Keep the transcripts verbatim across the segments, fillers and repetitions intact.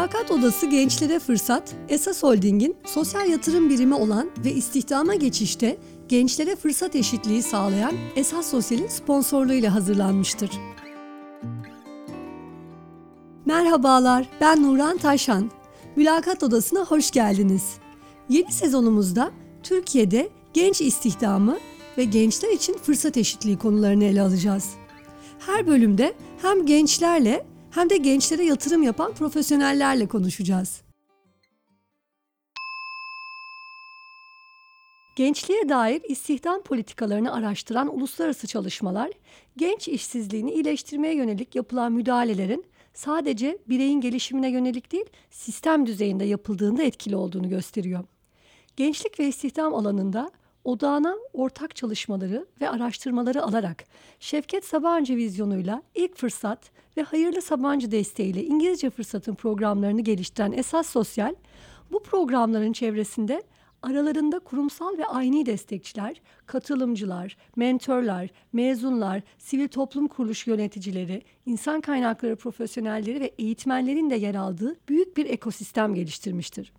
Mülakat Odası Gençlere Fırsat, Esas Holding'in sosyal yatırım birimi olan ve istihdama geçişte gençlere fırsat eşitliği sağlayan Esas Sosyal'in sponsorluğuyla hazırlanmıştır. Merhabalar, ben Nurhan Taşhan. Mülakat Odası'na hoş geldiniz. Yeni sezonumuzda Türkiye'de genç istihdamı ve gençler için fırsat eşitliği konularını ele alacağız. Her bölümde hem gençlerle hem de gençlere yatırım yapan profesyonellerle konuşacağız. Gençliğe dair istihdam politikalarını araştıran uluslararası çalışmalar, genç işsizliğini iyileştirmeye yönelik yapılan müdahalelerin sadece bireyin gelişimine yönelik değil, sistem düzeyinde yapıldığında etkili olduğunu gösteriyor. Gençlik ve istihdam alanında odağına ortak çalışmaları ve araştırmaları alarak Şevket Sabancı vizyonuyla ilk fırsat ve Hayırlı Sabancı desteğiyle İngilizce fırsatın programlarını geliştiren Esas Sosyal, bu programların çevresinde aralarında kurumsal ve ayni destekçiler, katılımcılar, mentörler, mezunlar, sivil toplum kuruluşu yöneticileri, insan kaynakları profesyonelleri ve eğitmenlerin de yer aldığı büyük bir ekosistem geliştirmiştir.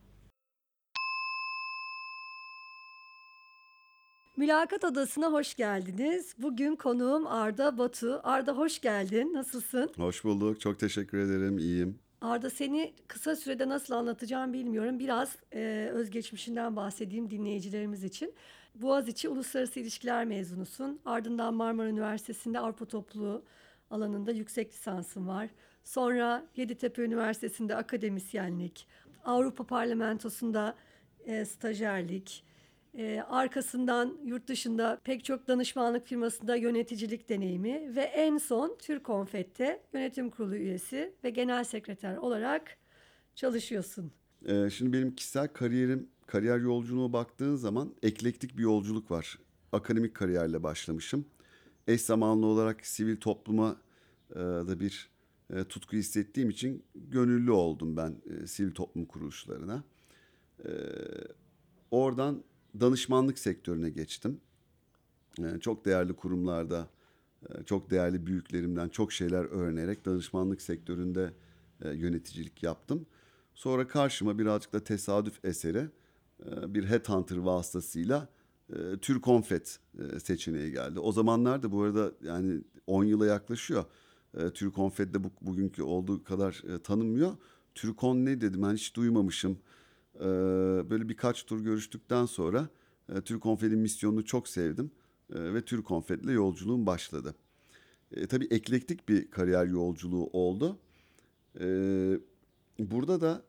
Mülakat Odası'na hoş geldiniz. Bugün konuğum Arda Batu. Arda hoş geldin. Nasılsın? Hoş bulduk. Çok teşekkür ederim. İyiyim. Arda, seni kısa sürede nasıl anlatacağım bilmiyorum. Biraz e, özgeçmişinden bahsedeyim dinleyicilerimiz için. Boğaziçi Uluslararası İlişkiler mezunusun. Ardından Marmara Üniversitesi'nde Avrupa Topluluğu alanında yüksek lisansın var. Sonra Yeditepe Üniversitesi'nde akademisyenlik, Avrupa Parlamentosu'nda e, stajyerlik, Ee, arkasından yurt dışında pek çok danışmanlık firmasında yöneticilik deneyimi ve en son TÜRKONFET'te yönetim kurulu üyesi ve genel sekreter olarak çalışıyorsun. Ee, şimdi benim kişisel kariyerim, kariyer yolculuğuna baktığın zaman eklektik bir yolculuk var. Akademik kariyerle başlamışım. Eş zamanlı olarak sivil topluma e, da bir e, tutku hissettiğim için gönüllü oldum ben e, sivil toplum kuruluşlarına. E, oradan danışmanlık sektörüne geçtim. E, çok değerli kurumlarda, e, çok değerli büyüklerimden çok şeyler öğrenerek danışmanlık sektöründe e, yöneticilik yaptım. Sonra karşıma birazcık da tesadüf eseri e, bir headhunter vasıtasıyla e, TÜRKONFET e, seçeneği geldi. O zamanlar da bu arada yani on yıla yaklaşıyor. E, TÜRKONFET'de bu, bugünkü olduğu kadar e, tanınmıyor. TÜRKON ne dedim, ben hiç duymamışım. E, böyle birkaç tur görüştükten sonra e, TÜRKONFET'in misyonunu çok sevdim e, ve TÜRKONFET'le yolculuğum başladı. E, tabii eklektik bir kariyer yolculuğu oldu. E, burada da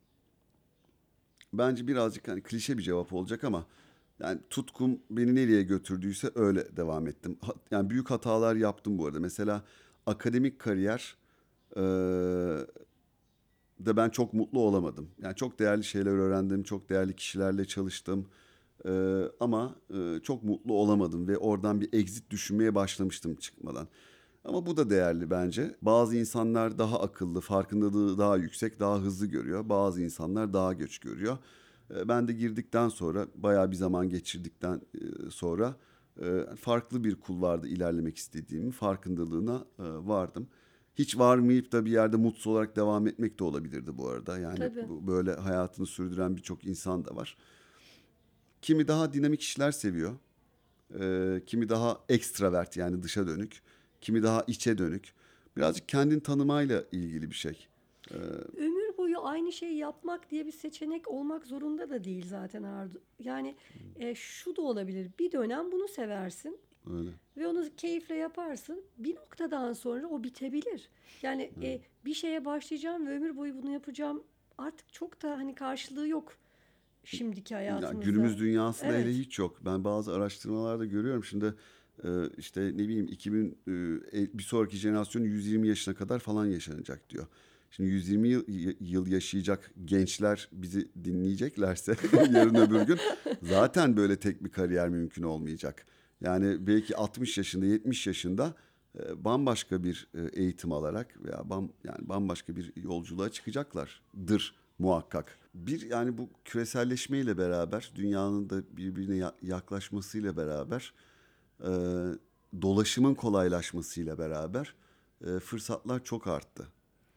bence birazcık hani klişe bir cevap olacak ama yani tutkum beni nereye götürdüyse öyle devam ettim. Ha- yani büyük hatalar yaptım bu arada. Mesela akademik kariyer e, de ben çok mutlu olamadım. Yani çok değerli şeyler öğrendim, çok değerli kişilerle çalıştım. E, ama e, çok mutlu olamadım ve oradan bir exit düşünmeye başlamıştım çıkmadan. Ama bu da değerli bence. Bazı insanlar daha akıllı, farkındalığı daha yüksek, daha hızlı görüyor. Bazı insanlar daha geç görüyor. E, Ben de girdikten sonra, bayağı bir zaman geçirdikten e, sonra e, farklı bir kulvarda ilerlemek istediğimin farkındalığına e, vardım. Hiç varmayıp da bir yerde mutsuz olarak devam etmek de olabilirdi bu arada. Yani Tabii. bu- böyle hayatını sürdüren birçok insan da var. Kimi daha dinamik işler seviyor. E, kimi daha ekstravert, yani dışa dönük. Kimi daha içe dönük. Birazcık kendini tanımayla ilgili bir şey. E, Ömür boyu aynı şeyi yapmak diye bir seçenek olmak zorunda da değil zaten Arda. Yani e, şu da olabilir. Bir dönem bunu seversin öyle. ve onu keyifle yaparsın. Bir noktadan sonra o bitebilir. Yani e, bir şeye başlayacağım ve ömür boyu bunu yapacağım. Artık çok da hani karşılığı yok şimdiki Ya hayatımızda. günümüz dünyasında hele Evet. hiç yok. Ben bazı araştırmalarda görüyorum. Şimdi e, işte ne bileyim iki bin e, bir sonraki jenerasyon yüz yirmi yaşına kadar falan yaşanacak diyor. Şimdi yüz yirmi yıl, yıl yaşayacak gençler bizi dinleyeceklerse yarın öbür gün zaten böyle tek bir kariyer mümkün olmayacak. Yani belki altmış yaşında, yetmiş yaşında e, bambaşka bir e, eğitim alarak veya bam, yani bambaşka bir yolculuğa çıkacaklardır muhakkak. Bir, yani bu küreselleşmeyle beraber, dünyanın da birbirine ya- yaklaşmasıyla beraber, e, dolaşımın kolaylaşmasıyla beraber e, fırsatlar çok arttı.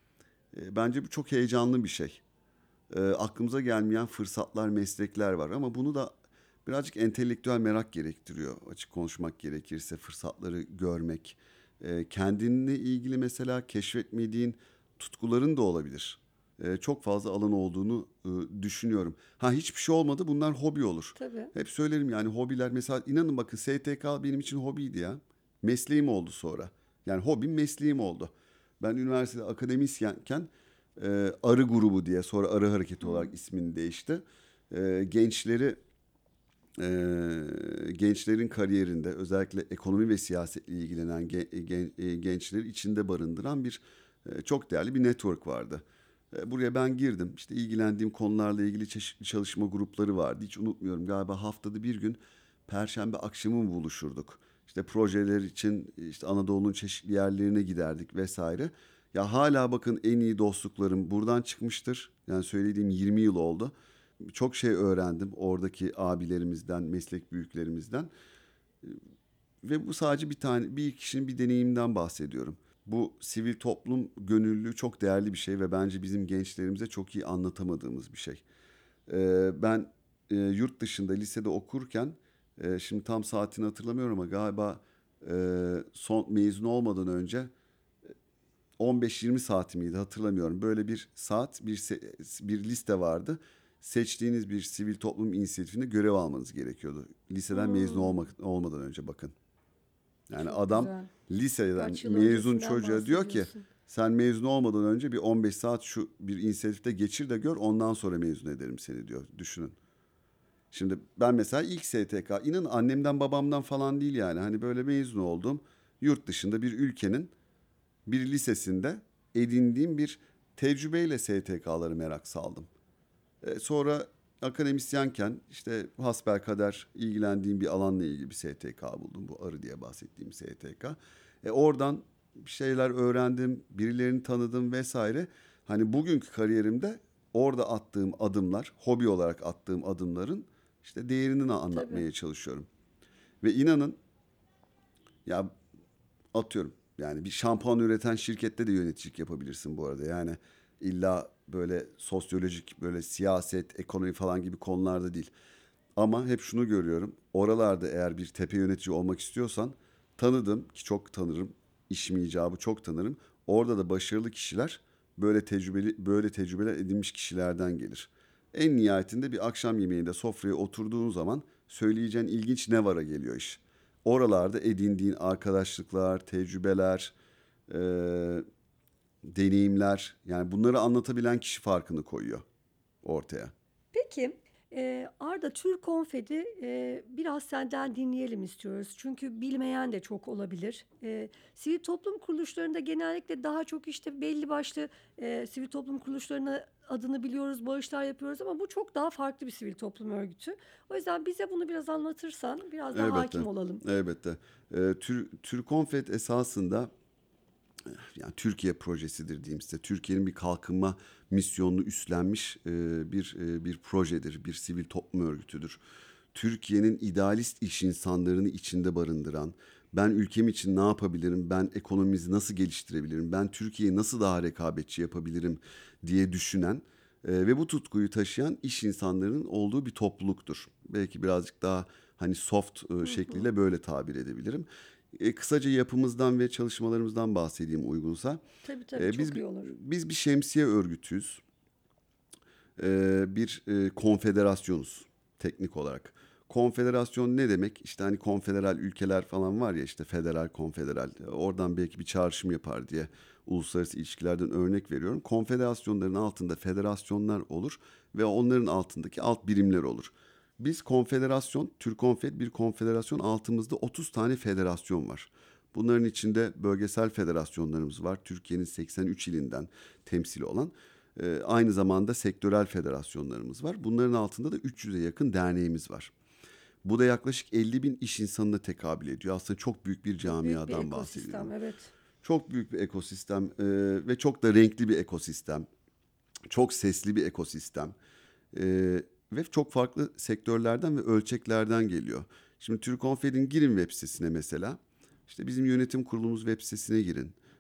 E, bence bu çok heyecanlı bir şey. E, aklımıza gelmeyen fırsatlar, meslekler var ama bunu da birazcık entelektüel merak gerektiriyor. Açık konuşmak gerekirse fırsatları görmek, e, kendinle ilgili mesela keşfetmediğin tutkuların da olabilir. E, çok fazla alan olduğunu e, düşünüyorum. Ha hiçbir şey olmadı, bunlar hobi olur. Tabii. Hep söylerim yani hobiler mesela inanın bakın S T K benim için hobiydi ya. Mesleğim oldu sonra. Yani hobim mesleğim oldu. Ben üniversitede akademisyenken e, Arı grubu diye sonra Arı Hareketi olarak ismini değişti. E, gençleri e, gençlerin kariyerinde özellikle ekonomi ve siyasetle ilgilenen gen- gen- e, gençleri içinde barındıran bir e, çok değerli bir network vardı. E, buraya ben girdim. İşte ilgilendiğim konularla ilgili çeşitli çalışma grupları vardı. Hiç unutmuyorum. Galiba haftada bir gün Perşembe akşamı mı buluşurduk? İşte projeler için işte Anadolu'nun çeşitli yerlerine giderdik vesaire. Ya hala bakın en iyi dostluklarım buradan çıkmıştır. Yani söylediğim yirmi yıl oldu. Çok şey öğrendim oradaki abilerimizden, meslek büyüklerimizden. Ve bu sadece bir tane bir kişinin bir deneyimden bahsediyorum. Bu sivil toplum gönüllülüğü çok değerli bir şey ve bence bizim gençlerimize çok iyi anlatamadığımız bir şey. Ee, ben e, yurt dışında lisede okurken, e, şimdi tam saatini hatırlamıyorum ama galiba e, son mezun olmadan önce on beş yirmi saati miydi hatırlamıyorum. Böyle bir saat, bir se- bir liste vardı. Seçtiğiniz bir sivil toplum inisiyatifinde görev almanız gerekiyordu. Liseden mezun Hmm, olmak, olmadan önce bakın. Yani çok adam güzel. liseden Kaç yıl mezun öncesinden çocuğa diyor ki bahsediyorsun. sen mezun olmadan önce bir on beş saat şu bir inisiyatifte geçir de gör ondan sonra mezun ederim seni diyor. Düşünün. Şimdi ben mesela ilk S T K inan annemden babamdan falan değil yani hani böyle mezun oldum. Yurt dışında bir ülkenin bir lisesinde edindiğim bir tecrübeyle S T K'ları merak saldım. E, sonra akademisyenken işte hasbelkader ilgilendiğim bir alanla ilgili bir S T K buldum. Bu Arı diye bahsettiğim S T K. E, oradan bir şeyler öğrendim, birilerini tanıdım vesaire. Hani bugünkü kariyerimde orada attığım adımlar, hobi olarak attığım adımların işte değerini Tabii. anlatmaya çalışıyorum. Ve inanın ya atıyorum yani bir şampuan üreten şirkette de yöneticilik yapabilirsin bu arada. Yani illa böyle sosyolojik böyle siyaset, ekonomi falan gibi konularda değil. Ama hep şunu görüyorum. Oralarda eğer bir tepe yönetici olmak istiyorsan tanıdım ki çok tanırım. İşim icabı çok tanırım. Orada da başarılı kişiler böyle tecrübeli böyle tecrübeler edinmiş kişilerden gelir. En nihayetinde bir akşam yemeğinde sofraya oturduğun zaman söyleyeceğin ilginç ne vara geliyor iş. Oralarda edindiğin arkadaşlıklar, tecrübeler, eee, deneyimler yani bunları anlatabilen kişi farkını koyuyor ortaya. Peki, eee, Arda, Türk Konfet'i eee, biraz senden dinleyelim istiyoruz. Çünkü bilmeyen de çok olabilir. Eee, sivil toplum kuruluşlarında genellikle daha çok işte belli başlı eee, sivil toplum kuruluşlarına adını biliyoruz, bağışlar yapıyoruz ama bu çok daha farklı bir sivil toplum örgütü. O yüzden bize bunu biraz anlatırsan biraz daha Elbette. hakim olalım. Elbette. Ee, Tür, Türkonfet esasında yani Türkiye projesidir diyeyim size. Türkiye'nin bir kalkınma misyonunu üstlenmiş e, bir e, bir projedir, bir sivil toplum örgütüdür. Türkiye'nin idealist iş insanlarını içinde barındıran, ben ülkem için ne yapabilirim, ben ekonomimizi nasıl geliştirebilirim, ben Türkiye'yi nasıl daha rekabetçi yapabilirim diye düşünen e, ve bu tutkuyu taşıyan iş insanlarının olduğu bir topluluktur. Belki birazcık daha hani soft e, Hı hı. şekliyle böyle tabir edebilirim. E, kısaca yapımızdan ve çalışmalarımızdan bahsedeyim uygunsa. Tabii tabii, E, biz çok iyi olur. biz bir şemsiye örgütüyüz. E, bir e, konfederasyonuz teknik olarak. Konfederasyon ne demek? İşte hani konfederal ülkeler falan var ya işte federal, konfederal. Oradan belki bir çağrışım yapar diye uluslararası ilişkilerden örnek veriyorum. Konfederasyonların altında federasyonlar olur ve onların altındaki alt birimler olur. Biz konfederasyon, Türkonfed bir konfederasyon altımızda otuz tane federasyon var. Bunların içinde bölgesel federasyonlarımız var. Türkiye'nin seksen üç ilinden temsili olan. Ee, aynı zamanda sektörel federasyonlarımız var. Bunların altında da üç yüze yakın derneğimiz var. Bu da yaklaşık elli bin iş insanına tekabül ediyor. Aslında çok büyük bir Çok büyük bir camiadan bahsediyorum. ekosistem, evet. Çok büyük bir ekosistem e, ve çok da renkli bir ekosistem. Çok sesli bir ekosistem. Ee, ve çok farklı sektörlerden ve ölçeklerden geliyor. Şimdi Türkonfed'in girin web sitesine mesela. İşte bizim yönetim kurulumuz web sitesine girin.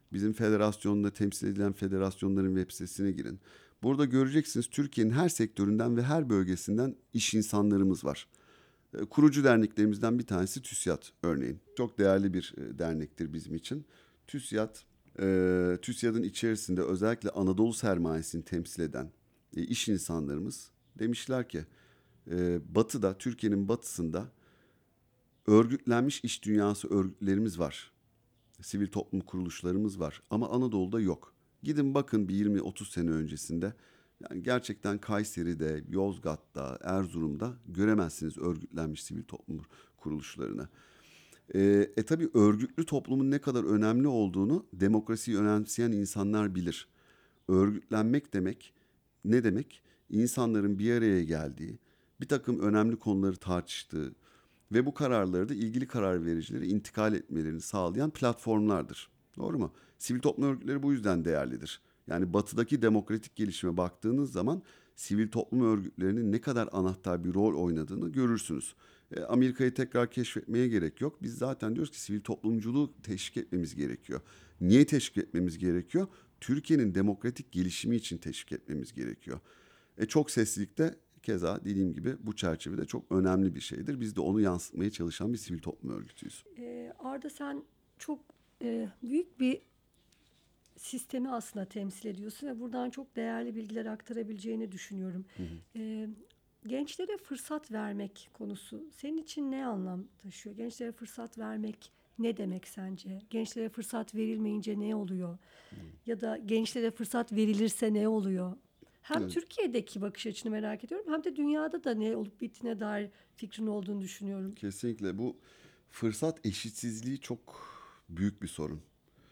Bizim federasyonda temsil edilen federasyonların web sitesine girin. Burada göreceksiniz Türkiye'nin her sektöründen ve her bölgesinden iş insanlarımız var. E, Kurucu derneklerimizden bir tanesi TÜSİAD örneğin. Çok değerli bir e, dernektir bizim için. TÜSİAD, e, TÜSİAD'ın içerisinde özellikle Anadolu sermayesini temsil eden e, iş insanlarımız demişler ki e, Batı'da, Türkiye'nin batısında örgütlenmiş iş dünyası örgütlerimiz var. Sivil toplum kuruluşlarımız var ama Anadolu'da yok. Gidin bakın bir yirmi otuz sene öncesinde yani gerçekten Kayseri'de, Yozgat'ta, Erzurum'da göremezsiniz örgütlenmiş sivil toplum kuruluşlarını. Ee, e tabii örgütlü toplumun ne kadar önemli olduğunu demokrasiyi önemseyen insanlar bilir. Örgütlenmek demek ne demek? İnsanların bir araya geldiği, bir takım önemli konuları tartıştığı ve bu kararları da ilgili karar vericilere intikal etmelerini sağlayan platformlardır. Doğru mu? Sivil toplum örgütleri bu yüzden değerlidir. Yani batıdaki demokratik gelişime baktığınız zaman sivil toplum örgütlerinin ne kadar anahtar bir rol oynadığını görürsünüz. E, Amerika'yı tekrar keşfetmeye gerek yok. Biz zaten diyoruz ki sivil toplumculuğu teşvik etmemiz gerekiyor. Niye teşvik etmemiz gerekiyor? Türkiye'nin demokratik gelişimi için teşvik etmemiz gerekiyor. E, çok seslilikte keza dediğim gibi bu çerçevede çok önemli bir şeydir. Biz de onu yansıtmaya çalışan bir sivil toplum örgütüyüz. Ee, Arda sen çok e, büyük bir sistemi aslında temsil ediyorsun ve buradan çok değerli bilgiler aktarabileceğini düşünüyorum. Hı hı. Ee, Gençlere fırsat vermek konusu senin için ne anlam taşıyor? Gençlere fırsat vermek ne demek sence? Gençlere fırsat verilmeyince ne oluyor? Ya da gençlere fırsat verilirse ne oluyor? Hem Evet. Türkiye'deki bakış açını merak ediyorum hem de dünyada da ne olup bittiğine dair fikrin olduğunu düşünüyorum. Kesinlikle bu fırsat eşitsizliği çok büyük bir sorun.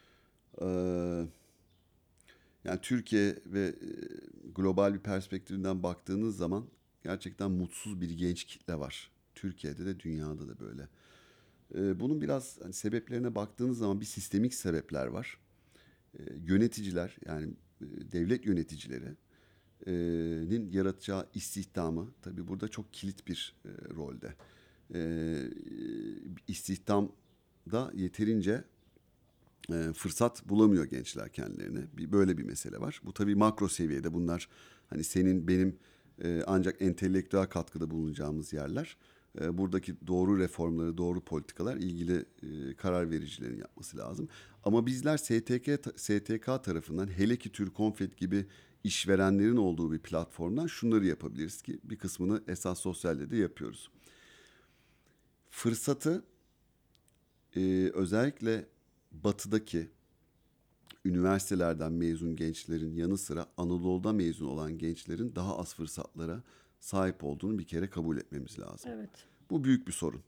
Ee, yani Türkiye ve e, global bir perspektiften baktığınız zaman gerçekten mutsuz bir genç kitle var. Türkiye'de de dünyada da böyle. Ee, bunun biraz hani sebeplerine baktığınız zaman bir sistemik sebepler var. Ee, yöneticiler yani e, devlet yöneticilerinin yaratacağı istihdamı tabii burada çok kilit bir e, rolde. Ee, istihdamda yeterince e, fırsat bulamıyor gençler kendilerine. Bir, böyle bir mesele var. Bu tabii makro seviyede bunlar hani senin benim e, ancak entelektüel katkıda bulunacağımız yerler. E, buradaki doğru reformları, doğru politikalar ilgili e, karar vericilerin yapması lazım. Ama bizler S T K, S T K tarafından hele ki Türkonfet gibi işverenlerin olduğu bir platformdan şunları yapabiliriz ki bir kısmını esas sosyalde de yapıyoruz. Fırsatı e, özellikle batıdaki üniversitelerden mezun gençlerin yanı sıra Anadolu'da mezun olan gençlerin daha az fırsatlara sahip olduğunu bir kere kabul etmemiz lazım. Evet. Bu büyük bir sorun.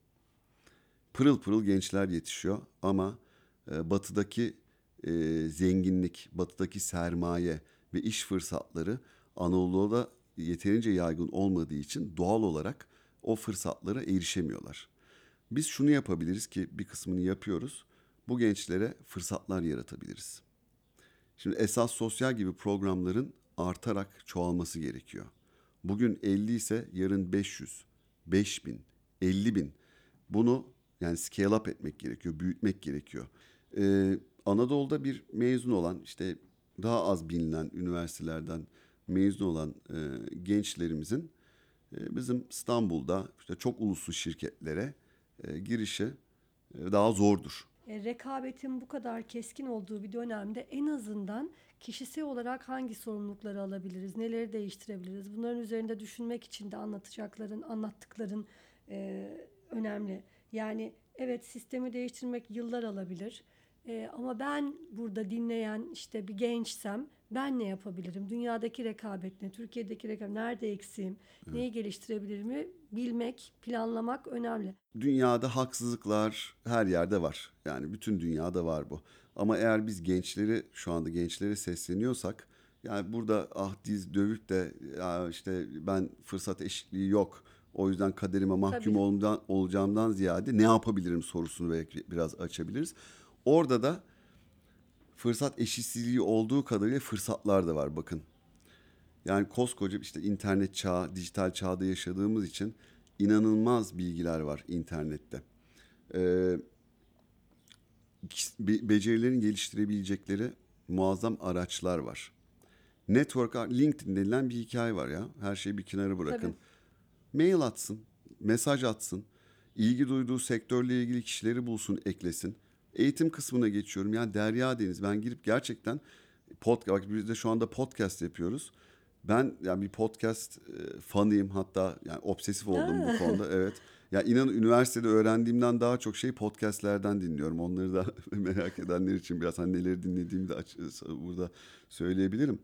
Pırıl pırıl gençler yetişiyor ama e, batıdaki e, zenginlik, batıdaki sermaye ve iş fırsatları Anadolu'da yeterince yaygın olmadığı için doğal olarak o fırsatlara erişemiyorlar. Biz şunu yapabiliriz ki bir kısmını yapıyoruz. Bu gençlere fırsatlar yaratabiliriz. Şimdi esas sosyal gibi programların artarak çoğalması gerekiyor. Bugün elli ise yarın beş yüz, beş bin, elli bin. Bunu yani scale up etmek gerekiyor, büyütmek gerekiyor. Ee, Anadolu'da bir mezun olan işte daha az bilinen üniversitelerden mezun olan e, gençlerimizin e, bizim İstanbul'da işte çok uluslu şirketlere e, girişi e, daha zordur. E, rekabetin bu kadar keskin olduğu bir dönemde en azından kişisel olarak hangi sorumlulukları alabiliriz, neleri değiştirebiliriz? Bunların üzerinde düşünmek için de anlatacakların, anlattıkların e, önemli. Yani evet sistemi değiştirmek yıllar alabilir. E, ama ben burada dinleyen işte bir gençsem ben ne yapabilirim? Dünyadaki rekabet ne? Türkiye'deki rekabet nerede eksiğim? Neyi geliştirebilirimi bilmek, planlamak önemli. Dünyada haksızlıklar her yerde var. Yani bütün dünyada var bu. Ama eğer biz gençleri şu anda gençlere sesleniyorsak yani burada ah diz dövüp de ya işte ben fırsat eşitliği yok. O yüzden kaderime mahkum Tabii. olmadan, olacağımdan ziyade ne yapabilirim sorusunu belki biraz açabiliriz. Orada da fırsat eşitsizliği olduğu kadarıyla fırsatlar da var bakın. Yani koskoca işte internet çağı, dijital çağda yaşadığımız için inanılmaz bilgiler var internette. Ee, be- becerilerini geliştirebilecekleri muazzam araçlar var. Network, LinkedIn denilen bir hikaye var ya. Her şeyi bir kenara bırakın. Tabii. Mail atsın, mesaj atsın, ilgi duyduğu sektörle ilgili kişileri bulsun, eklesin. Eğitim kısmına geçiyorum. Yani derya deniz. Ben girip gerçekten podcast, bak biz de şu anda podcast yapıyoruz. Ben yani bir podcast e, fanıyım, hatta yani obsesif oldum bu Aa, konuda. Evet. Ya inanın üniversitede öğrendiğimden daha çok şey podcastlerden dinliyorum. Onları da merak edenler için biraz hani neleri dinlediğimi de aç- burada söyleyebilirim.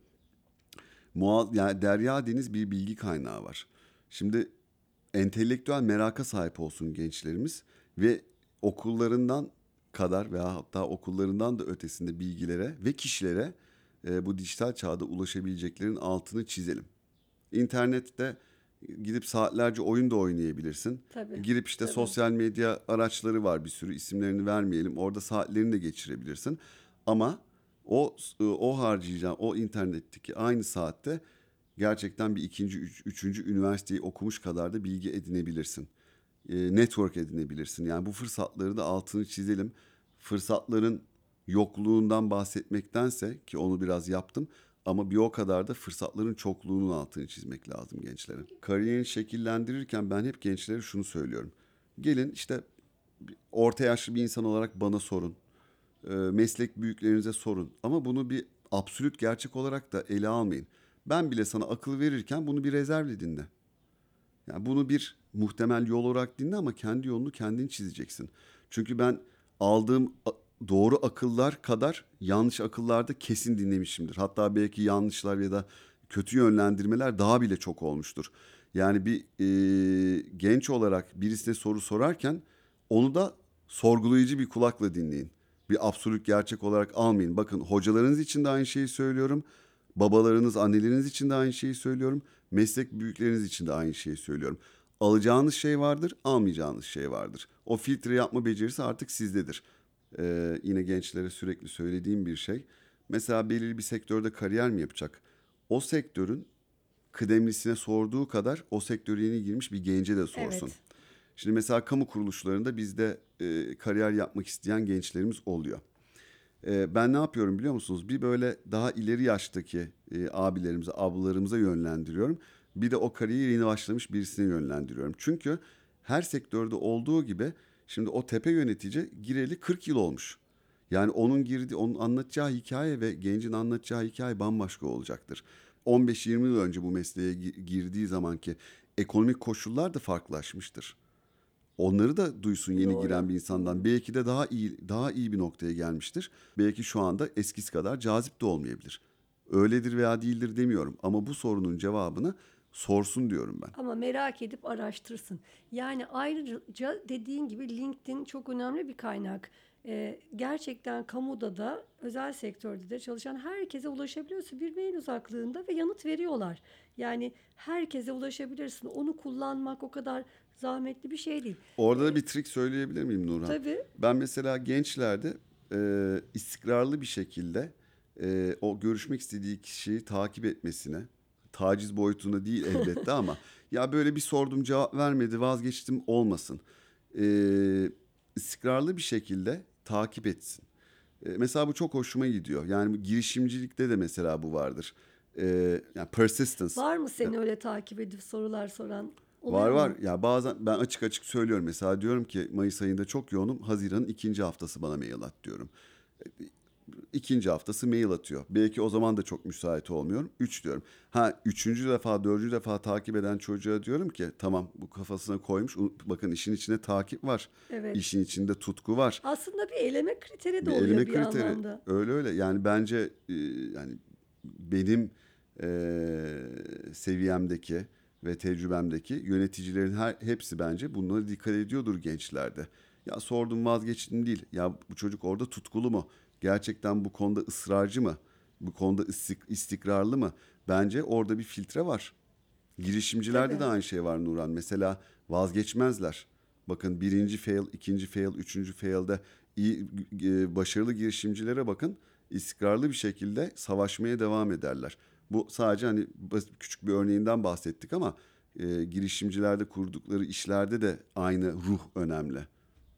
Muaz, yani derya deniz bir bilgi kaynağı var. Şimdi entelektüel meraka sahip olsun gençlerimiz ve okullarından kadar veya hatta okullarından da ötesinde bilgilere ve kişilere e, bu dijital çağda ulaşabileceklerin altını çizelim. İnternette gidip saatlerce oyun da oynayabilirsin. tabii. Girip işte Tabii. sosyal medya araçları var, bir sürü, isimlerini vermeyelim. Orada saatlerini de geçirebilirsin. Ama o o harcayacağın o internetteki aynı saatte gerçekten bir ikinci, üç, üçüncü üniversiteyi okumuş kadar da bilgi edinebilirsin. E, network edinebilirsin. Yani bu fırsatları da altını çizelim. Fırsatların yokluğundan bahsetmektense, ki onu biraz yaptım, ama bir o kadar da fırsatların çokluğunun altını çizmek lazım gençlere. Kariyerini şekillendirirken ben hep gençlere şunu söylüyorum. Gelin işte orta yaşlı bir insan olarak bana sorun. E, meslek büyüklerinize sorun. Ama bunu bir absolut gerçek olarak da ele almayın. Ben bile sana akıl verirken bunu bir rezervle dinle. Yani bunu bir muhtemel yol olarak dinle ama kendi yolunu kendin çizeceksin. Çünkü ben aldığım a- doğru akıllar kadar yanlış akıllarda kesin dinlemişimdir. Hatta belki yanlışlar ya da kötü yönlendirmeler daha bile çok olmuştur. Yani bir e, genç olarak birisine soru sorarken onu da sorgulayıcı bir kulakla dinleyin. Bir absolut gerçek olarak almayın. Bakın, hocalarınız için de aynı şeyi söylüyorum. Babalarınız, anneleriniz için de aynı şeyi söylüyorum. Meslek büyükleriniz için de aynı şeyi söylüyorum. Alacağınız şey vardır, almayacağınız şey vardır. O filtre yapma becerisi artık sizdedir. Ee, yine gençlere sürekli söylediğim bir şey. Mesela belirli bir sektörde kariyer mi yapacak? O sektörün kıdemlisine sorduğu kadar o sektöre yeni girmiş bir gence de sorsun. Evet. Şimdi mesela kamu kuruluşlarında bizde e, kariyer yapmak isteyen gençlerimiz oluyor. Ee, ben ne yapıyorum biliyor musunuz? Bir böyle daha ileri yaştaki e, abilerimize, ablalarımıza yönlendiriyorum. Bir de o kariyeri yeni başlamış birisine yönlendiriyorum. Çünkü her sektörde olduğu gibi şimdi o tepe yönetici gireli kırk yıl olmuş. Yani onun girdiği, onun anlatacağı hikaye ve gencin anlatacağı hikaye bambaşka olacaktır. on beş yirmi yıl önce bu mesleğe girdiği zamanki ekonomik koşullar da farklılaşmıştır. Onları da duysun yeni Doğru. giren bir insandan. Doğru. Belki de daha iyi daha iyi bir noktaya gelmiştir. Belki şu anda eskisi kadar cazip de olmayabilir. Öyledir veya değildir demiyorum ama bu sorunun cevabını sorsun diyorum ben. Ama merak edip araştırsın. Yani ayrıca dediğin gibi LinkedIn çok önemli bir kaynak. Ee, gerçekten kamuda da özel sektörde de çalışan herkese ulaşabiliyorsun. Bir mail uzaklığında ve yanıt veriyorlar. Yani herkese ulaşabilirsin. Onu kullanmak o kadar zahmetli bir şey değil. Orada da Ee, bir trik söyleyebilir miyim Nurhan? tabii. Ben mesela gençlerde e, istikrarlı bir şekilde e, o görüşmek istediği kişiyi takip etmesine, taciz boyutunda değil elbette ama ya böyle bir sordum cevap vermedi, vazgeçtim olmasın. E, istikrarlı bir şekilde takip etsin. E, mesela bu çok hoşuma gidiyor. Yani bu girişimcilikte de mesela bu vardır. E, yani persistence. Var mı seni öyle takip edip sorular soran? Var Oluyor var. mu? Ya bazen ben açık açık söylüyorum. Mesela diyorum ki Mayıs ayında çok yoğunum. Haziran'ın ikinci haftası bana mail at diyorum. İkinci haftası mail atıyor. Belki o zaman da çok müsait olmuyorum. Üç diyorum. Ha, üçüncü defa, dördüncü defa takip eden çocuğa diyorum ki tamam, bu kafasına koymuş. Bakın, işin içinde takip var. Evet. İşin içinde tutku var. Aslında bir eleme kriteri de Bir oluyor eleme bir kriteri. anlamda. Öyle öyle. Yani bence e, yani benim e, seviyemdeki ve tecrübemdeki yöneticilerin her hepsi bence bunlara dikkat ediyordur gençlerde. Ya sordum vazgeçtim değil. Ya bu çocuk orada tutkulu mu? Gerçekten bu konuda ısrarcı mı? Bu konuda istik- istikrarlı mı? Bence orada bir filtre var. Girişimcilerde de Tabii. aynı şey var Nuran. Mesela vazgeçmezler. Bakın, birinci fail, ikinci fail, üçüncü fail'de iyi, e, başarılı girişimcilere bakın. İstikrarlı bir şekilde savaşmaya devam ederler. Bu sadece hani basit, küçük bir örneğinden bahsettik ama e, girişimcilerde kurdukları işlerde de aynı ruh önemli.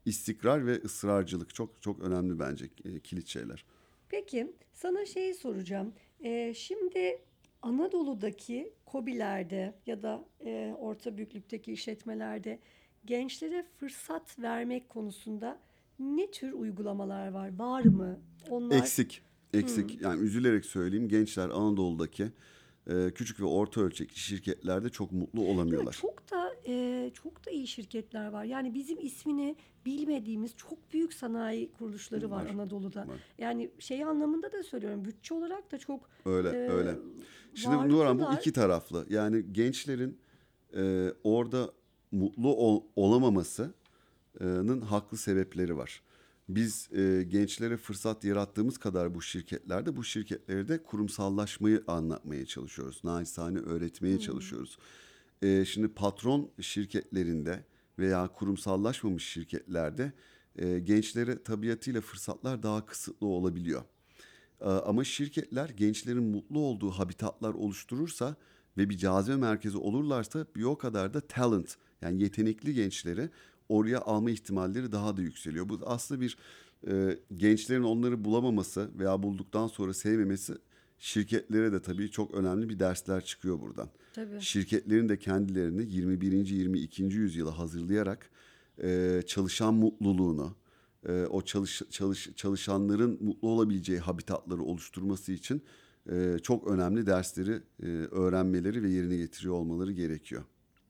istikrar ve ısrarcılık çok çok önemli bence, e, kilit şeyler. Peki sana şeyi soracağım. Ee, şimdi Anadolu'daki KOBİ'lerde ya da e, orta büyüklükteki işletmelerde gençlere fırsat vermek konusunda ne tür uygulamalar var? Var mı? Onlar Eksik, eksik. Yani üzülerek söyleyeyim, gençler Anadolu'daki e, küçük ve orta ölçekli şirketlerde çok mutlu değil mi? olamıyorlar. Çok da e, çok da iyi şirketler var. Yani bizim ismini bilmediğimiz çok büyük sanayi kuruluşları var Var, Anadolu'da. var. Yani şey anlamında da söylüyorum. Bütçe olarak da çok Öyle, e, öyle. Şimdi Nuran, bu varlıklılar. iki taraflı. Yani gençlerin e, orada mutlu ol- olamamasının haklı sebepleri var. Biz e, gençlere fırsat yarattığımız kadar bu şirketlerde, bu şirketleri de kurumsallaşmayı anlatmaya çalışıyoruz. Naçizane öğretmeye Hmm. çalışıyoruz. E, şimdi patron şirketlerinde veya kurumsallaşmamış şirketlerde e, gençlere tabiatıyla fırsatlar daha kısıtlı olabiliyor. Ee, Ama şirketler gençlerin mutlu olduğu habitatlar oluşturursa ve bir cazibe merkezi olurlarsa, bir o kadar da talent, yani yetenekli gençleri oraya alma ihtimalleri daha da yükseliyor. Bu aslında bir e, gençlerin onları bulamaması veya bulduktan sonra sevmemesi, şirketlere de tabii çok önemli bir dersler çıkıyor buradan. Tabii. Şirketlerin de kendilerini yirmi birinci. yirmi ikinci yüzyıla hazırlayarak e, çalışan mutluluğunu, e, o çalış, çalış, çalışanların mutlu olabileceği habitatları oluşturması için e, çok önemli dersleri e, öğrenmeleri ve yerine getiriyor olmaları gerekiyor.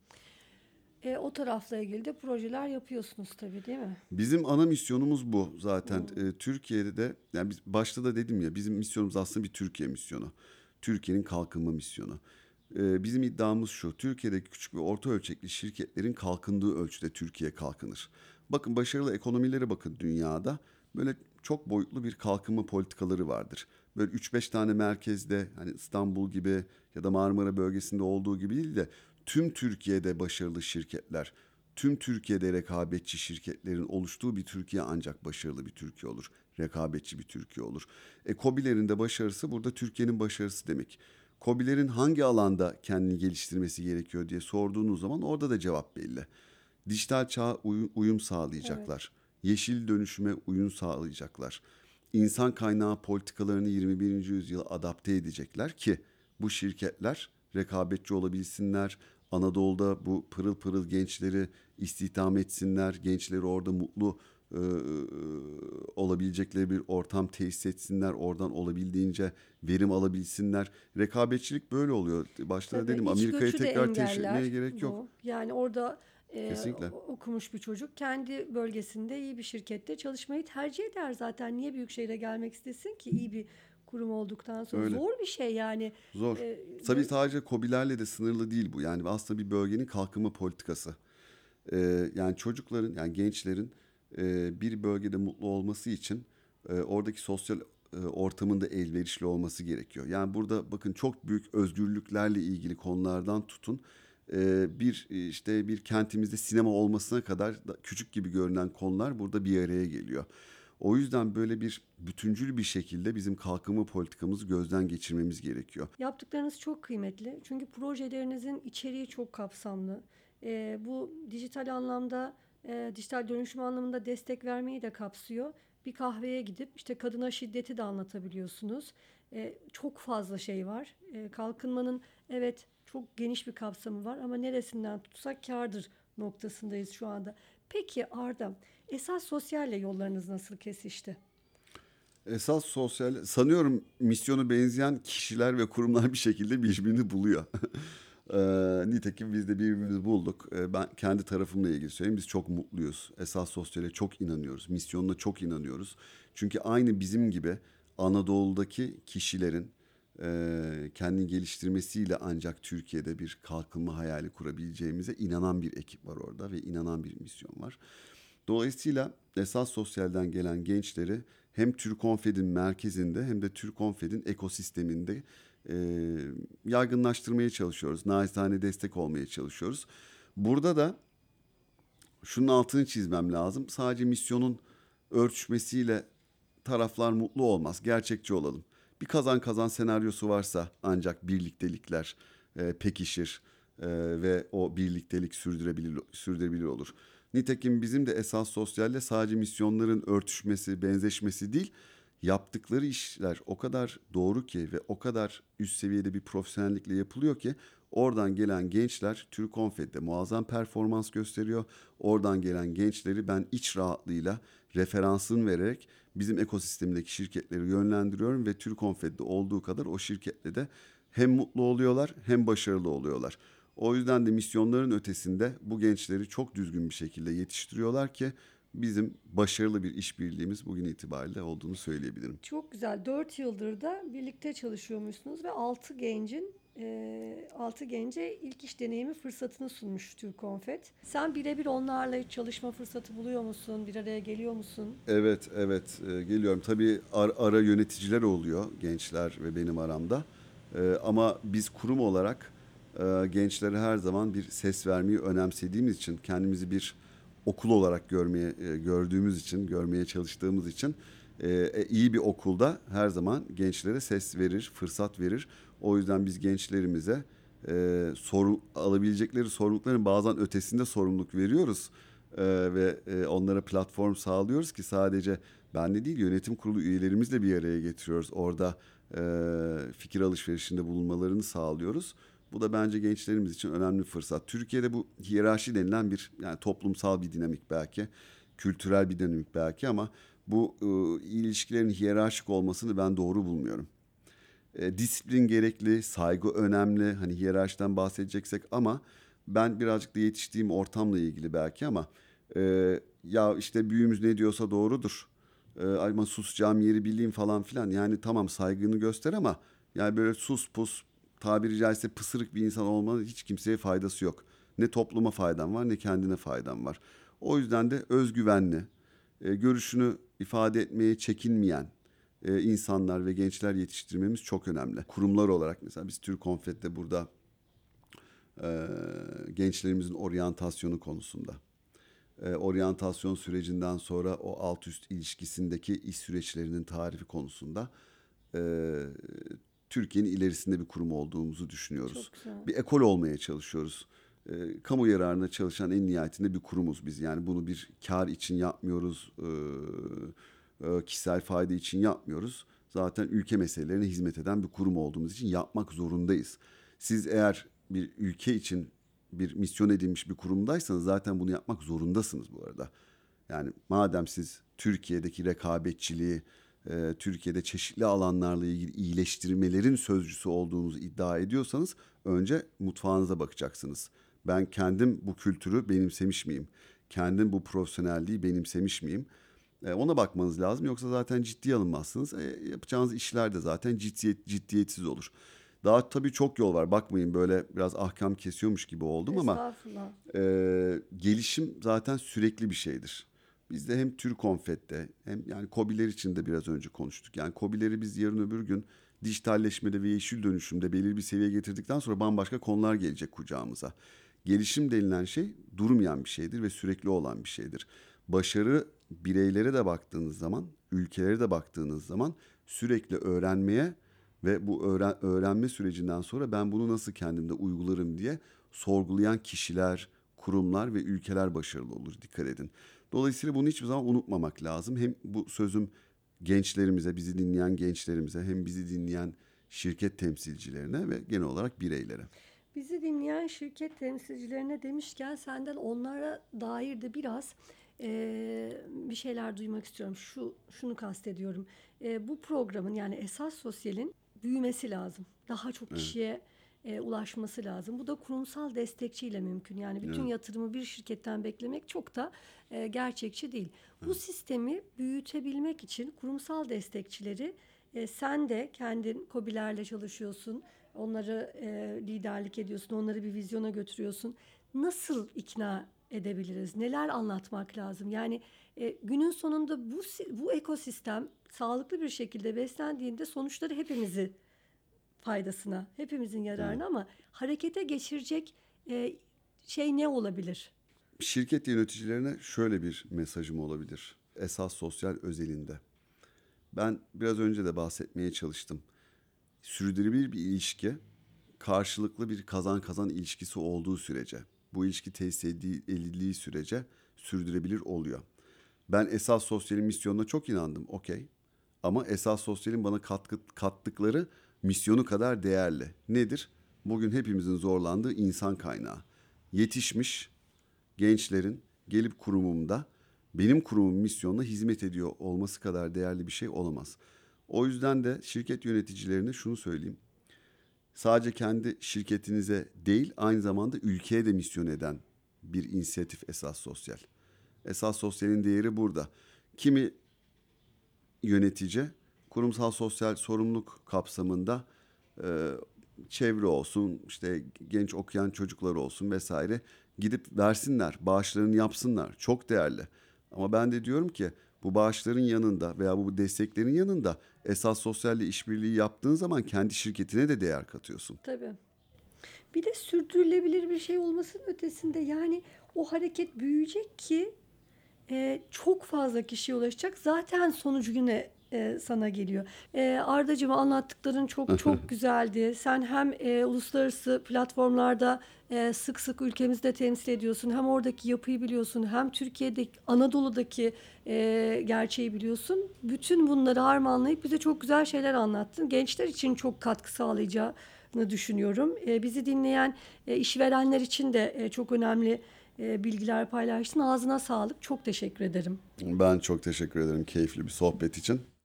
E, o tarafla ilgili de projeler yapıyorsunuz tabii değil mi? Bizim ana misyonumuz bu zaten. Hmm. E, Türkiye'de de, yani biz başta da dedim ya, bizim misyonumuz aslında bir Türkiye misyonu. Türkiye'nin kalkınma misyonu. E, bizim iddiamız şu: Türkiye'deki küçük ve orta ölçekli şirketlerin kalkındığı ölçüde Türkiye kalkınır. Bakın, başarılı ekonomilere bakın dünyada, böyle çok boyutlu bir kalkınma politikaları vardır. Böyle üç beş tane merkezde, hani İstanbul gibi ya da Marmara bölgesinde olduğu gibi değil de, tüm Türkiye'de başarılı şirketler, tüm Türkiye'de rekabetçi şirketlerin oluştuğu bir Türkiye ancak başarılı bir Türkiye olur. Rekabetçi bir Türkiye olur. E, KOBİ'lerin de başarısı burada Türkiye'nin başarısı demek. KOBİ'lerin hangi alanda kendini geliştirmesi gerekiyor diye sorduğunuz zaman orada da cevap belli. Dijital çağa uyu- uyum Evet. sağlayacaklar. Yeşil dönüşüme uyum sağlayacaklar. İnsan kaynağı politikalarını yirmi birinci yüzyıla adapte edecekler ki bu şirketler rekabetçi olabilsinler. Anadolu'da bu pırıl pırıl gençleri istihdam etsinler. Gençleri orada mutlu e, olabilecekleri bir ortam tesis etsinler. Oradan olabildiğince verim alabilsinler. Rekabetçilik böyle oluyor. Başta da Tabii dedim, iç Amerika'yı göçü de tekrar teşvik etmeye engeller gerek yok. bu. Yani orada e, Kesinlikle. okumuş bir çocuk kendi bölgesinde iyi bir şirkette çalışmayı tercih eder zaten. Niye büyük şehre gelmek istesin ki iyi bir kurum olduktan sonra? Öyle. Zor bir şey yani. Zor. E, Tabii sadece KOBİ'lerle de sınırlı değil bu. Yani aslında bir bölgenin kalkınma politikası. Ee, yani çocukların, yani gençlerin e, bir bölgede mutlu olması için e, oradaki sosyal e, ortamın da elverişli olması gerekiyor. Yani burada bakın, çok büyük özgürlüklerle ilgili konulardan tutun, e, bir e, işte bir kentimizde sinema olmasına kadar da küçük gibi görünen konular burada bir araya geliyor. O yüzden böyle bir bütüncül bir şekilde bizim kalkınma politikamızı gözden geçirmemiz gerekiyor. Yaptıklarınız çok kıymetli. Çünkü projelerinizin içeriği çok kapsamlı. Ee, bu dijital anlamda, e, dijital dönüşüm anlamında destek vermeyi de kapsıyor. Bir kahveye gidip işte kadına şiddeti de anlatabiliyorsunuz. Ee, çok fazla şey var. Ee, kalkınmanın evet çok geniş bir kapsamı var ama neresinden tutsak kârdır noktasındayız şu anda. Peki Arda, esas sosyalle yollarınız nasıl kesişti? Esas sosyal, sanıyorum misyonu benzeyen kişiler ve kurumlar bir şekilde birbirini buluyor. Ee, nitekim biz de birbirimizi bulduk. Ee, ben kendi tarafımla ilgili söyleyeyim. Biz çok mutluyuz. Esas sosyale çok inanıyoruz. Misyonuna çok inanıyoruz. Çünkü aynı bizim gibi Anadolu'daki kişilerin e, kendini geliştirmesiyle ancak Türkiye'de bir kalkınma hayali kurabileceğimize inanan bir ekip var orada ve inanan bir misyon var. Dolayısıyla esas sosyalden gelen gençleri hem Türkonfed'in merkezinde hem de Türkonfed'in ekosisteminde e, yaygınlaştırmaya çalışıyoruz. Naçizane destek olmaya çalışıyoruz. Burada da şunun altını çizmem lazım: sadece misyonun örtüşmesiyle taraflar mutlu olmaz. Gerçekçi olalım. Bir kazan kazan senaryosu varsa ancak birliktelikler e, pekişir e, ve o birliktelik sürdürebilir, sürdürülebilir olur. Nitekim bizim de esas sosyalle sadece misyonların örtüşmesi, benzeşmesi değil, yaptıkları işler o kadar doğru ki ve o kadar üst seviyede bir profesyonellikle yapılıyor ki oradan gelen gençler Türk Konfet'te muazzam performans gösteriyor. Oradan gelen gençleri ben iç rahatlığıyla referansını vererek bizim ekosistemdeki şirketleri yönlendiriyorum ve Türk Konfet'te olduğu kadar o şirketle de hem mutlu oluyorlar hem başarılı oluyorlar. O yüzden de misyonların ötesinde bu gençleri çok düzgün bir şekilde yetiştiriyorlar ki bizim başarılı bir işbirliğimiz bugün itibariyle olduğunu söyleyebilirim. Çok güzel. Dört yıldır da birlikte çalışıyormuşsunuz ve altı gencin e, altı gence ilk iş deneyimi fırsatını sunmuş Türk Konfet. Sen birebir onlarla hiç çalışma fırsatı buluyor musun? Bir araya geliyor musun? Evet, evet e, geliyorum. Tabii ar- ara yöneticiler oluyor gençler ve benim aramda. E, ama biz kurum olarak e, gençlere her zaman bir ses vermeyi önemsediğimiz için, kendimizi bir okul olarak görmeye e, gördüğümüz için, görmeye çalıştığımız için e, e, iyi bir okulda her zaman gençlere ses verir, fırsat verir. O yüzden biz gençlerimize e, sorun alabilecekleri sorumlulukların bazen ötesinde sorumluluk veriyoruz. Ee, ve e, onlara platform sağlıyoruz ki sadece ben de değil yönetim kurulu üyelerimizle bir araya getiriyoruz. Orada e, fikir alışverişinde bulunmalarını sağlıyoruz. Bu da bence gençlerimiz için önemli bir fırsat. Türkiye'de bu hiyerarşi denilen bir yani toplumsal bir dinamik belki, kültürel bir dinamik belki ama bu e, ilişkilerin hiyerarşik olmasını ben doğru bulmuyorum. E, disiplin gerekli, saygı önemli. Hani hiyerarşiden bahsedeceksek ama ben birazcık da yetiştiğim ortamla ilgili belki ama e, ya işte büyüğümüz ne diyorsa doğrudur. E, ama susacağım yeri bileyim falan filan. Yani tamam saygını göster ama yani böyle sus pus tabiri caizse pısırık bir insan olmanın hiç kimseye faydası yok. Ne topluma faydan var ne kendine faydan var. O yüzden de özgüvenli, e, görüşünü ifade etmeye çekinmeyen, e, insanlar ve gençler yetiştirmemiz çok önemli. Kurumlar olarak mesela biz Türk Konfet'te burada e, gençlerimizin oryantasyonu konusunda, e, oryantasyon sürecinden sonra o alt üst ilişkisindeki iş süreçlerinin tarifi konusunda e, Türkiye'nin ilerisinde bir kurum olduğumuzu düşünüyoruz. Çok güzel. Bir ekol olmaya çalışıyoruz. E, kamu yararına çalışan en nihayetinde bir kurumuz biz. Yani bunu bir kar için yapmıyoruz, e, e, kişisel fayda için yapmıyoruz. Zaten ülke meselelerine hizmet eden bir kurum olduğumuz için yapmak zorundayız. Siz eğer bir ülke için bir misyon edilmiş bir kurumdaysanız zaten bunu yapmak zorundasınız bu arada. Yani madem siz Türkiye'deki rekabetçiliği, e, Türkiye'de çeşitli alanlarla ilgili iyileştirmelerin sözcüsü olduğunuzu iddia ediyorsanız önce mutfağınıza bakacaksınız. Ben kendim bu kültürü benimsemiş miyim? Kendim bu profesyonelliği benimsemiş miyim? E, ona bakmanız lazım. Yoksa zaten ciddiye alınmazsınız. E, yapacağınız işler de zaten ciddiyet, ciddiyetsiz olur. Daha tabii çok yol var. Bakmayın böyle biraz ahkam kesiyormuş gibi oldum ama Estağfurullah. e, gelişim zaten sürekli bir şeydir. Biz de hem Türk Konfet'te hem yani KOBİ'ler için de biraz önce konuştuk. Yani KOBİ'leri biz yarın öbür gün dijitalleşmede ve yeşil dönüşümde belirli bir seviyeye getirdikten sonra bambaşka konular gelecek kucağımıza. Gelişim denilen şey durmayan bir şeydir ve sürekli olan bir şeydir. Başarı bireylere de baktığınız zaman, ülkelere de baktığınız zaman sürekli öğrenmeye ve bu öğren, öğrenme sürecinden sonra ben bunu nasıl kendimde uygularım diye sorgulayan kişiler, kurumlar ve ülkeler başarılı olur. Dikkat edin. Dolayısıyla bunu hiçbir zaman unutmamak lazım. Hem bu sözüm gençlerimize, bizi dinleyen gençlerimize, hem bizi dinleyen şirket temsilcilerine ve genel olarak bireylere. Bizi dinleyen şirket temsilcilerine demişken senden onlara dair de biraz eee, bir şeyler duymak istiyorum. Şu şunu kastediyorum. Eee, bu programın yani Esas Sosyal'in büyümesi lazım. Daha çok Evet, kişiye eee, ulaşması lazım. Bu da kurumsal destekçiyle mümkün. Yani bütün evet, yatırımı bir şirketten beklemek çok da eee, gerçekçi değil. Bu sistemi büyütebilmek için kurumsal destekçileri e, sen de kendin KOBİ'lerle çalışıyorsun. Onları e, liderlik ediyorsun. Onları bir vizyona götürüyorsun. Nasıl ikna edebiliriz? Neler anlatmak lazım? Yani e, günün sonunda bu si- bu ekosistem sağlıklı bir şekilde beslendiğinde sonuçları hepimizi faydasına, hepimizin evet. yararına ama harekete geçirecek e, şey ne olabilir? Şirket yöneticilerine şöyle bir mesajım olabilir. Esas sosyal özelinde. Ben biraz önce de bahsetmeye çalıştım. Sürdürülebilir bir ilişki karşılıklı bir kazan kazan ilişkisi olduğu sürece, bu ilişki tesis edildiği sürece sürdürebilir oluyor. Ben Esas Sosyal'in misyonuna çok inandım, okey. Ama Esas Sosyal'in bana katkı, kattıkları misyonu kadar değerli. Nedir? Bugün hepimizin zorlandığı insan kaynağı. Yetişmiş gençlerin gelip kurumumda benim kurumum misyonuna hizmet ediyor olması kadar değerli bir şey olamaz. O yüzden de şirket yöneticilerine şunu söyleyeyim. Sadece kendi şirketinize değil, aynı zamanda ülkeye de misyon eden bir inisiyatif Esas Sosyal. Esas Sosyal'in değeri burada. Kimi yönetici kurumsal sosyal sorumluluk kapsamında e, çevre olsun, işte genç okuyan çocuklar olsun vesaire gidip versinler, bağışlarını yapsınlar. Çok değerli. Ama ben de diyorum ki bu bağışların yanında veya bu desteklerin yanında Esas Sosyal'le işbirliği yaptığın zaman kendi şirketine de değer katıyorsun. Tabii. Bir de sürdürülebilir bir şey olmasının ötesinde yani o hareket büyüyecek ki e, çok fazla kişiye ulaşacak. Zaten sonucu yine e, sana geliyor. E, Ardacığım anlattıkların çok çok güzeldi. Sen hem e, uluslararası platformlarda e, sık sık ülkemizde temsil ediyorsun. Hem oradaki yapıyı biliyorsun. Hem Türkiye'deki Anadolu'daki e, gerçeği biliyorsun. Bütün bunları harmanlayıp bize çok güzel şeyler anlattın. Gençler için çok katkı sağlayacağını düşünüyorum. E, bizi dinleyen e, işverenler için de e, çok önemli e, bilgiler paylaştın. Ağzına sağlık. Çok teşekkür ederim. Ben çok teşekkür ederim keyifli bir sohbet için.